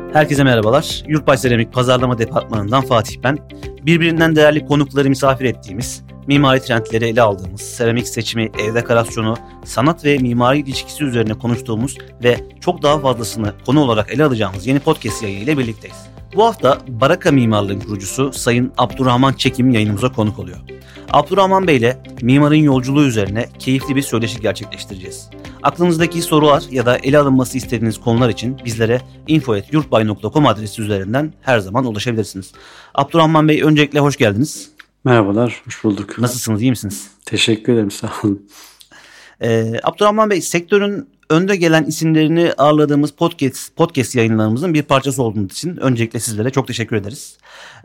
Herkese merhabalar. Yurtbaş Seramik Pazarlama Departmanı'ndan Fatih ben. Birbirinden değerli konukları misafir ettiğimiz, mimari trendleri ele aldığımız, seramik seçimi, ev dekorasyonu, sanat ve mimari ilişkisi üzerine konuştuğumuz ve çok daha fazlasını konu olarak ele alacağımız yeni podcast yayını ile birlikteyiz. Bu hafta Baraka Mimarlığı'nın kurucusu Sayın Abdurrahman Çekim yayınımıza konuk oluyor. Abdurrahman Bey ile mimarın yolculuğu üzerine keyifli bir söyleşi gerçekleştireceğiz. Aklınızdaki sorular ya da ele alınması istediğiniz konular için bizlere info@yurtbay.com adresi üzerinden her zaman ulaşabilirsiniz. Abdurrahman Bey, öncelikle hoş geldiniz. Merhabalar, hoş bulduk. Nasılsınız, iyi misiniz? Teşekkür ederim, sağ olun. Abdurrahman Bey, sektörün önde gelen isimlerini ağırladığımız podcast yayınlarımızın bir parçası olduğunuz için öncelikle sizlere çok teşekkür ederiz.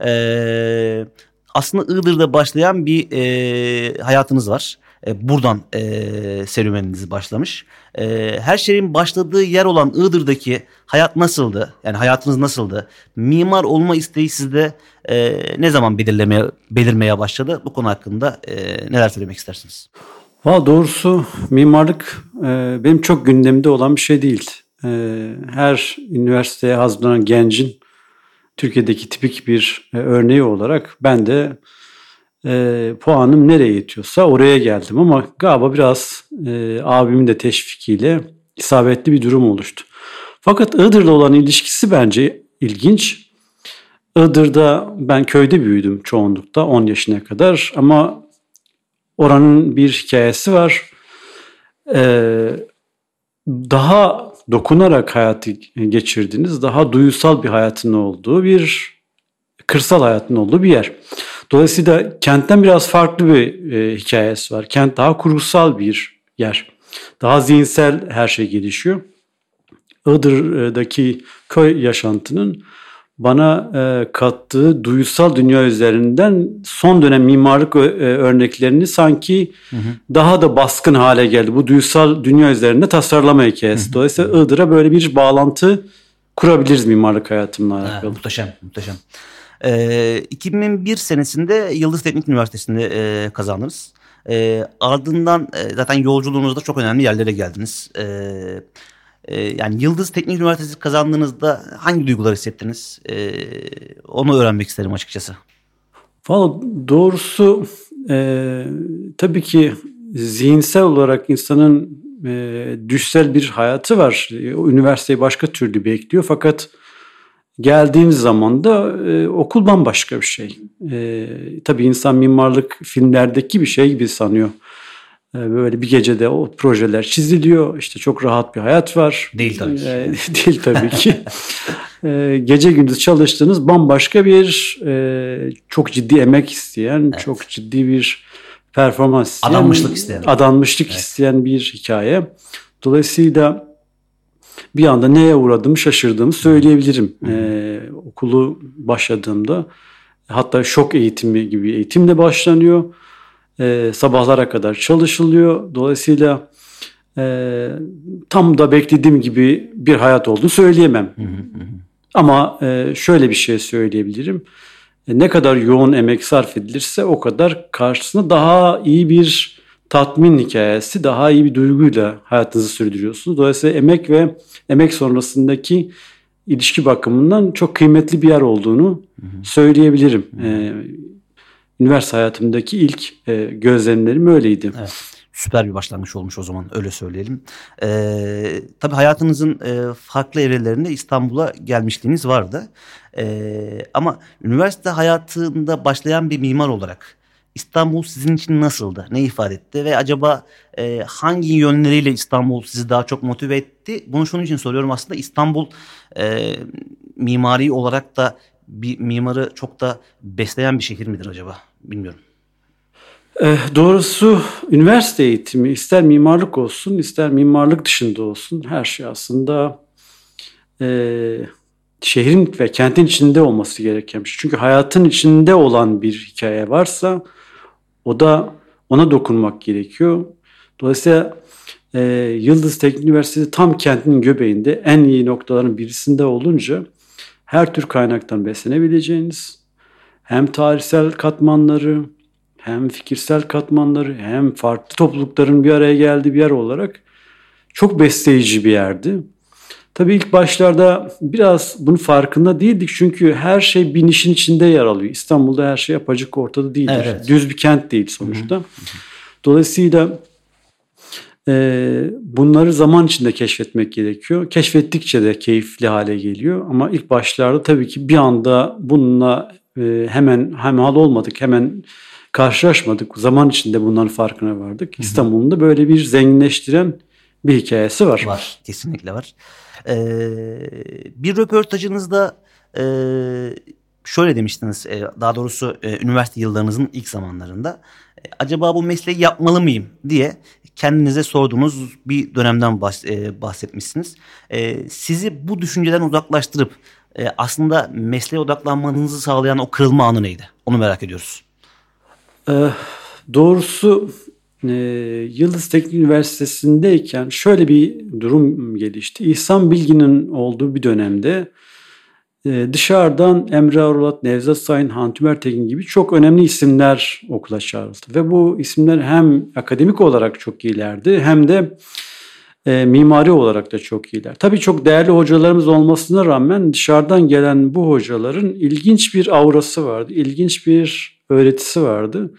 Aslında Iğdır'da başlayan bir hayatınız var. Buradan serüveniniz başlamış. Her şeyin başladığı yer olan Iğdır'daki hayat nasıldı? Yani hayatınız nasıldı? Mimar olma isteği sizde ne zaman belirmeye başladı? Bu konu hakkında neler söylemek istersiniz? Valla doğrusu mimarlık benim çok gündemde olan bir şey değil. Her üniversiteye hazırlanan gencin Türkiye'deki tipik bir örneği olarak ben de puanım nereye yetiyorsa oraya geldim. Ama galiba biraz abimin de teşvikiyle isabetli bir durum oluştu. Fakat Iğdır'la olan ilişkisi bence ilginç. Iğdır'da ben köyde büyüdüm çoğunlukta 10 yaşına kadar ama oranın bir hikayesi var. Daha dokunarak hayatı geçirdiğiniz, daha duygusal bir hayatın olduğu bir kırsal hayatın olduğu bir yer. Dolayısıyla kentten biraz farklı bir hikayesi var. Kent daha kurgusal bir yer. Daha zihinsel her şey gelişiyor. Iğdır'daki köy yaşantının bana kattığı duygusal dünya üzerinden son dönem mimarlık örneklerini sanki daha da baskın hale geldi. Bu duygusal dünya üzerinde tasarlama hikayesi. Dolayısıyla Iğdır'a böyle bir bağlantı kurabiliriz mimarlık hayatımla alakalı. Muhteşem. 2001 senesinde Yıldız Teknik Üniversitesi'nde kazandınız. Ardından zaten yolculuğunuzda çok önemli yerlere geldiniz. Yani Yıldız Teknik Üniversitesi kazandığınızda hangi duygular hissettiniz? Onu öğrenmek isterim açıkçası. Valla doğrusu tabii ki zihinsel olarak insanın düşsel bir hayatı var. O üniversiteyi başka türlü bekliyor fakat geldiğiniz zaman da okul bambaşka bir şey. Tabii insan mimarlık filmlerdeki bir şey gibi sanıyor. Böyle bir gecede o projeler çiziliyor. İşte çok rahat bir hayat var. Değil tabii ki. Değil tabii ki. Gece gündüz çalıştığınız bambaşka bir çok ciddi emek isteyen, evet, çok ciddi bir performans isteyen, adanmışlık isteyen bir hikaye. Dolayısıyla bir anda neye uğradığımı şaşırdığımı söyleyebilirim. Okulu başladığımda hatta şok eğitimi gibi eğitimle başlanıyor. Sabahlara kadar çalışılıyor. Dolayısıyla tam da beklediğim gibi bir hayat olduğunu söyleyemem. Ama şöyle bir şey söyleyebilirim. Ne kadar yoğun emek sarf edilirse o kadar karşısında daha iyi bir tatmin hikayesi, daha iyi bir duyguyla hayatınızı sürdürüyorsunuz. Dolayısıyla emek ve emek sonrasındaki ilişki bakımından çok kıymetli bir yer olduğunu söyleyebilirim. Üniversite hayatımdaki ilk gözlemlerim öyleydi. Evet, süper bir başlangıç olmuş o zaman, öyle söyleyelim. Tabii hayatınızın farklı evrelerinde İstanbul'a gelmişliğiniz vardı. Ama üniversite hayatında başlayan bir mimar olarak İstanbul sizin için nasıldı? Ne ifade etti? Ve acaba hangi yönleriyle İstanbul sizi daha çok motive etti? Bunu şunun için soruyorum, aslında İstanbul mimari olarak da bir mimarı çok da besleyen bir şehir midir acaba? Bilmiyorum. Doğrusu üniversite eğitimi ister mimarlık olsun ister mimarlık dışında olsun her şey aslında şehrin ve kentin içinde olması gereken bir şey. Çünkü hayatın içinde olan bir hikaye varsa ona dokunmak gerekiyor. Dolayısıyla Yıldız Teknik Üniversitesi tam kentin göbeğinde en iyi noktaların birisinde olunca her tür kaynaktan beslenebileceğiniz, hem tarihsel katmanları, hem fikirsel katmanları, hem farklı toplulukların bir araya geldiği bir yer olarak çok besleyici bir yerdi. Tabii ilk başlarda biraz bunun farkında değildik. Çünkü her şey bir nişin içinde yer alıyor. İstanbul'da her şey apacık ortada değildir. Evet. Düz bir kent değil sonuçta. Dolayısıyla bunları zaman içinde keşfetmek gerekiyor. Keşfettikçe de keyifli hale geliyor. Ama ilk başlarda tabii ki bir anda bununla hemen hemhal olmadık. Hemen karşılaşmadık. Zaman içinde bunların farkına vardık. İstanbul'un da böyle bir zenginleştiren bir hikayesi var. Var, kesinlikle var. Bir röportajınızda şöyle demiştiniz, daha doğrusu üniversite yıllarınızın ilk zamanlarında acaba bu mesleği yapmalı mıyım diye kendinize sorduğunuz bir dönemden bahsetmişsiniz. Sizi bu düşünceden uzaklaştırıp aslında mesleğe odaklanmanızı sağlayan o kırılma anı neydi? Onu merak ediyoruz. Doğrusu Yıldız Teknik Üniversitesi'ndeyken şöyle bir durum gelişti. İhsan Bilgin'in olduğu bir dönemde dışarıdan Emre Arulat, Nevzat Sayın, Hantümer Tekin gibi çok önemli isimler okula çağrıldı. Ve bu isimler hem akademik olarak çok iyilerdi hem de mimari olarak da çok iyiler. Tabii çok değerli hocalarımız olmasına rağmen dışarıdan gelen bu hocaların ilginç bir aurası vardı, ilginç bir öğretisi vardı.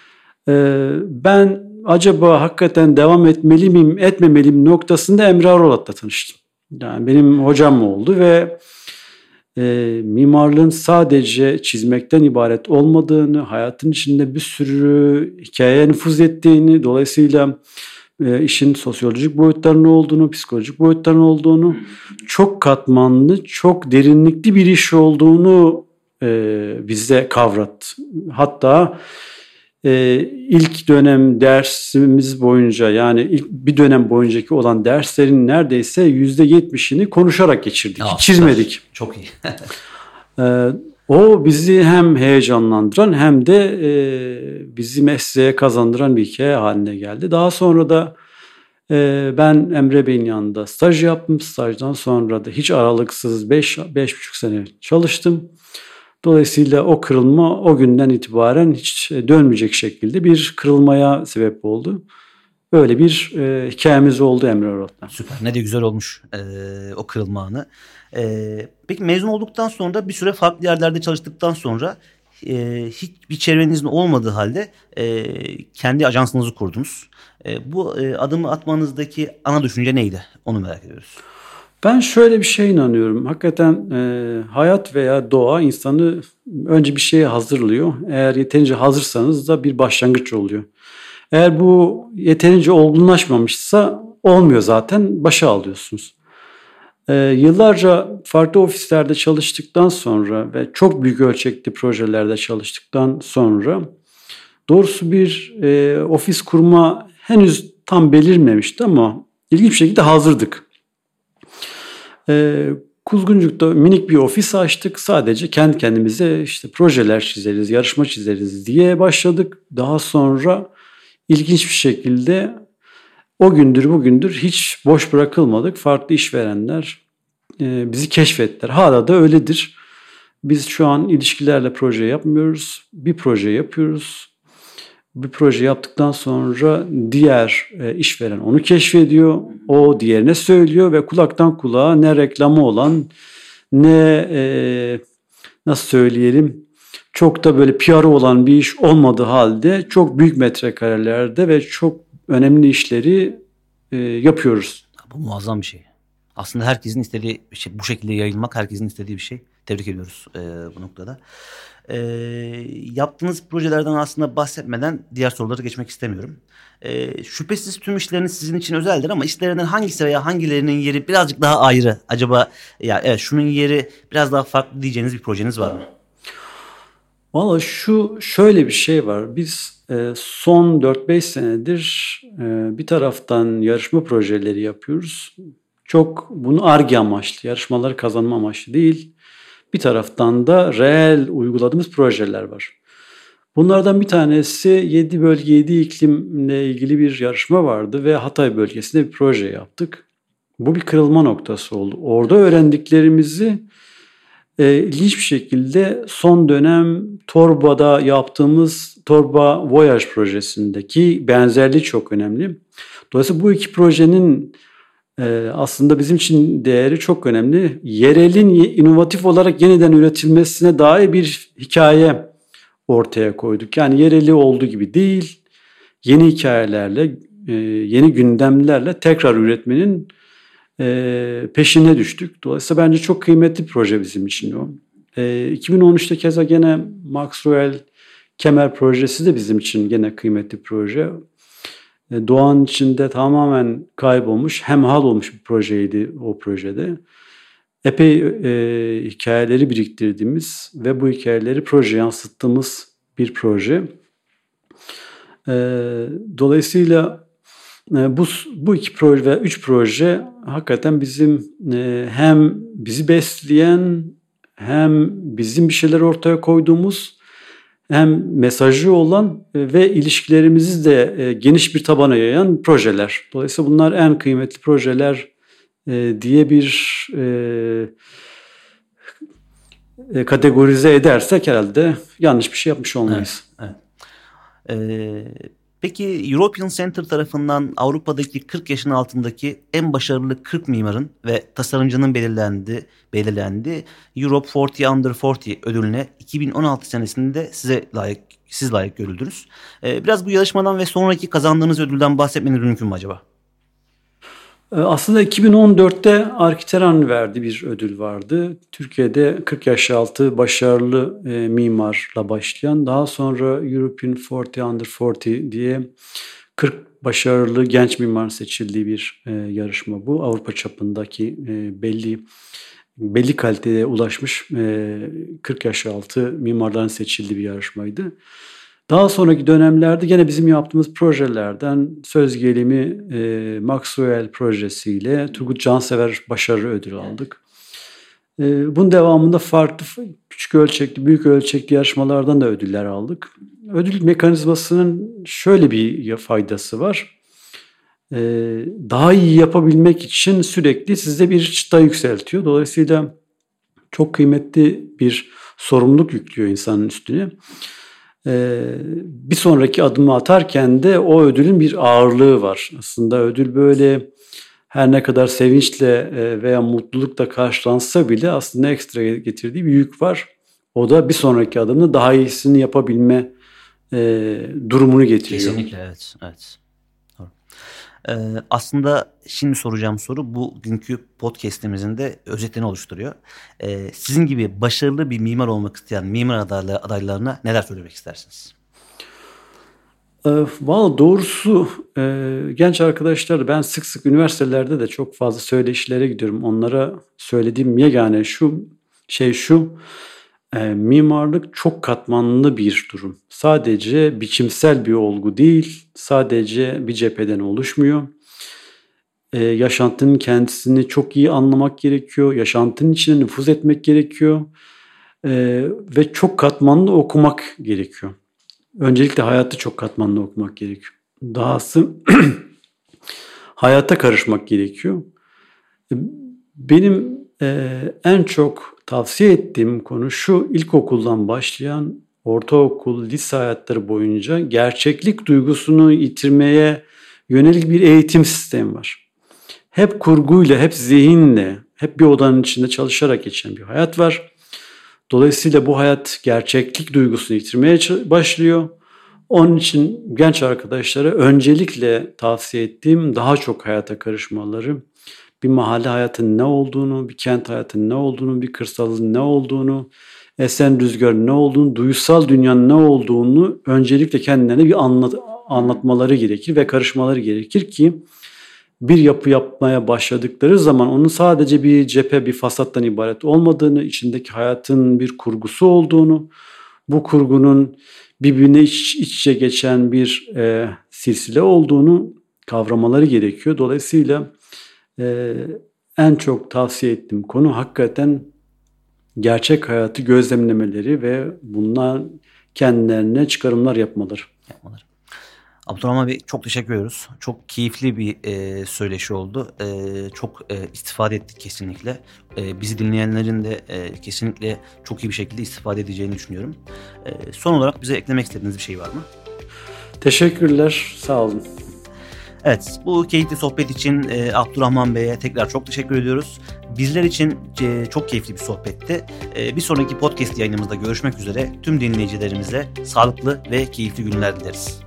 Ben acaba hakikaten devam etmeli miyim, etmemeli miyim noktasında Emre Arulat'la tanıştım. Yani benim hocam oldu ve mimarlığın sadece çizmekten ibaret olmadığını, hayatın içinde bir sürü hikayeye nüfuz ettiğini, dolayısıyla işin sosyolojik boyutlarının olduğunu, psikolojik boyutlarının olduğunu, çok katmanlı, çok derinlikli bir iş olduğunu bize kavrattı. Hatta ilk dönem dersimiz boyunca, yani ilk bir dönem boyuncaki olan derslerin neredeyse %70'ini konuşarak geçirdik. Hiç çizmedik. Çok iyi. O bizi hem heyecanlandıran hem de bizi mesleğe kazandıran bir hikaye haline geldi. Daha sonra da ben Emre Bey'in yanında staj yaptım. Stajdan sonra da hiç aralıksız 5,5 sene çalıştım. Dolayısıyla o kırılma o günden itibaren hiç dönmeyecek şekilde bir kırılmaya sebep oldu. Böyle bir hikayemiz oldu Emre Arulat'la. Süper. Ne de güzel olmuş o kırılma anı. Peki mezun olduktan sonra bir süre farklı yerlerde çalıştıktan sonra hiçbir çevrenizin olmadığı halde kendi ajansınızı kurdunuz. Bu adımı atmanızdaki ana düşünce neydi? Onu merak ediyoruz. Ben şöyle bir şeye inanıyorum. Hakikaten hayat veya doğa insanı önce bir şeye hazırlıyor. Eğer yeterince hazırsanız da bir başlangıç oluyor. Eğer bu yeterince olgunlaşmamışsa olmuyor zaten. Başa alıyorsunuz. Yıllarca farklı ofislerde çalıştıktan sonra ve çok büyük ölçekli projelerde çalıştıktan sonra doğrusu bir ofis kurma henüz tam belirmemişti ama ilginç bir şekilde hazırdık. Kuzguncuk'ta minik bir ofis açtık. Sadece kendi kendimize işte projeler çizeriz, yarışma çizeriz diye başladık. Daha sonra ilginç bir şekilde o gündür bugündür hiç boş bırakılmadık. Farklı işverenler bizi keşfettiler. Hala da öyledir. Biz şu an ilişkilerle proje yapmıyoruz. Bir proje yapıyoruz. Bir proje yaptıktan sonra diğer işveren onu keşfediyor. O diğerine söylüyor ve kulaktan kulağa ne reklamı olan ne nasıl söyleyelim çok da böyle PR'ı olan bir iş olmadığı halde çok büyük metrekarelerde ve çok önemli işleri yapıyoruz. Bu muazzam bir şey. Aslında herkesin istediği bir şey, bu şekilde yayılmak herkesin istediği bir şey. Tebrik ediyoruz bu noktada. Yaptığınız projelerden aslında bahsetmeden diğer sorulara geçmek istemiyorum. Şüphesiz tüm işleriniz sizin için özeldir ama işlerinden hangisi veya hangilerinin yeri birazcık daha ayrı? Acaba ya evet şunun yeri biraz daha farklı diyeceğiniz bir projeniz var mı? Valla şöyle bir şey var. Biz son 4-5 senedir bir taraftan yarışma projeleri yapıyoruz. Çok bunu Ar-Ge amaçlı, yarışmaları kazanma amaçlı değil. Bir taraftan da reel uyguladığımız projeler var. Bunlardan bir tanesi 7 bölge 7 iklimle ilgili bir yarışma vardı ve Hatay bölgesinde bir proje yaptık. Bu bir kırılma noktası oldu. Orada öğrendiklerimizi ilginç bir şekilde son dönem Torba'da yaptığımız Torba Voyage projesindeki benzerliği çok önemli. Dolayısıyla bu iki projenin aslında bizim için değeri çok önemli. Yerelin inovatif olarak yeniden üretilmesine dair bir hikaye ortaya koyduk. Yani yereli olduğu gibi değil, yeni hikayelerle, yeni gündemlerle tekrar üretmenin peşine düştük. Dolayısıyla bence çok kıymetli bir proje bizim için o. 2013'te keza gene Maxwell Kemer projesi de bizim için gene kıymetli bir proje. Doğanın içinde tamamen kaybolmuş, hemhal olmuş bir projeydi o projede. Epey hikayeleri biriktirdiğimiz ve bu hikayeleri projeye yansıttığımız bir proje. Dolayısıyla bu iki proje ve üç proje hakikaten bizim hem bizi besleyen hem bizim bir şeyler ortaya koyduğumuz hem mesajı olan ve ilişkilerimizi de geniş bir tabana yayan projeler. Dolayısıyla bunlar en kıymetli projeler diye bir kategorize edersek herhalde yanlış bir şey yapmış olmayız. Evet, peki European Center tarafından Avrupa'daki 40 yaşın altındaki en başarılı 40 mimarın ve tasarımcının belirlendiği Europe 40 Under 40 ödülüne 2016 senesinde siz layık görüldünüz. Biraz bu yarışmadan ve sonraki kazandığınız ödülden bahsetmeniz mümkün mü acaba? Aslında 2014'te Arkiteran verdiği bir ödül vardı. Türkiye'de 40 yaş altı başarılı mimarla başlayan, daha sonra European 40 Under 40 diye 40 başarılı genç mimar seçildiği bir yarışma bu. Avrupa çapındaki belli kaliteye ulaşmış 40 yaş altı mimarların seçildiği bir yarışmaydı. Daha sonraki dönemlerde gene bizim yaptığımız projelerden söz gelimi Maxwell projesiyle Turgut Cansever başarı ödülü aldık. Bunun devamında farklı küçük ölçekli, büyük ölçekli yarışmalardan da ödüller aldık. Ödül mekanizmasının şöyle bir faydası var. Daha iyi yapabilmek için sürekli size bir çıta yükseltiyor. Dolayısıyla çok kıymetli bir sorumluluk yüklüyor insanın üstüne. Bir sonraki adımı atarken de o ödülün bir ağırlığı var. Aslında ödül böyle her ne kadar sevinçle veya mutlulukla karşılansa bile aslında ekstra getirdiği bir yük var. O da bir sonraki adımda daha iyisini yapabilme durumunu getiriyor. Kesinlikle, evet. Doğru. Aslında şimdi soracağım soru bugünkü podcast'imizin de özetini oluşturuyor. Sizin gibi başarılı bir mimar olmak isteyen mimar adaylarına neler söylemek istersiniz? Vallahi doğrusu genç arkadaşlar, ben sık sık üniversitelerde de çok fazla söyleşilere gidiyorum. Onlara söylediğim yegane şu, mimarlık çok katmanlı bir durum. Sadece biçimsel bir olgu değil, sadece bir cepheden oluşmuyor. Yaşantının kendisini çok iyi anlamak gerekiyor, yaşantının içine nüfuz etmek gerekiyor ve çok katmanlı okumak gerekiyor. Öncelikle hayatı çok katmanlı okumak gerekiyor. Dahası hayata karışmak gerekiyor. Benim en çok tavsiye ettiğim konu şu: ilkokuldan başlayan ortaokul, lise hayatları boyunca gerçeklik duygusunu yitirmeye yönelik bir eğitim sistemi var. Hep kurguyla, hep zihinle, hep bir odanın içinde çalışarak geçen bir hayat var. Dolayısıyla bu hayat gerçeklik duygusunu yitirmeye başlıyor. Onun için genç arkadaşlara öncelikle tavsiye ettiğim daha çok hayata karışmaları, bir mahalle hayatının ne olduğunu, bir kent hayatının ne olduğunu, bir kırsalın ne olduğunu, esen rüzgarın ne olduğunu, duysal dünyanın ne olduğunu öncelikle kendilerine bir anlatmaları gerekir ve karışmaları gerekir ki bir yapı yapmaya başladıkları zaman onun sadece bir cephe, bir fasattan ibaret olmadığını, içindeki hayatın bir kurgusu olduğunu, bu kurgunun birbirine iç içe geçen bir silsile olduğunu kavramaları gerekiyor. Dolayısıyla en çok tavsiye ettiğim konu hakikaten gerçek hayatı gözlemlemeleri ve bundan kendilerine çıkarımlar yapmaları. Abdurrahman Bey, çok teşekkür ediyoruz. Çok keyifli bir söyleşi oldu. Çok istifade ettik kesinlikle. Bizi dinleyenlerin de kesinlikle çok iyi bir şekilde istifade edeceğini düşünüyorum. Son olarak bize eklemek istediğiniz bir şey var mı? Teşekkürler, sağ olun. Evet, bu keyifli sohbet için Abdurrahman Bey'e tekrar çok teşekkür ediyoruz. Bizler için çok keyifli bir sohbetti. Bir sonraki podcast yayınımızda görüşmek üzere. Tüm dinleyicilerimize sağlıklı ve keyifli günler dileriz.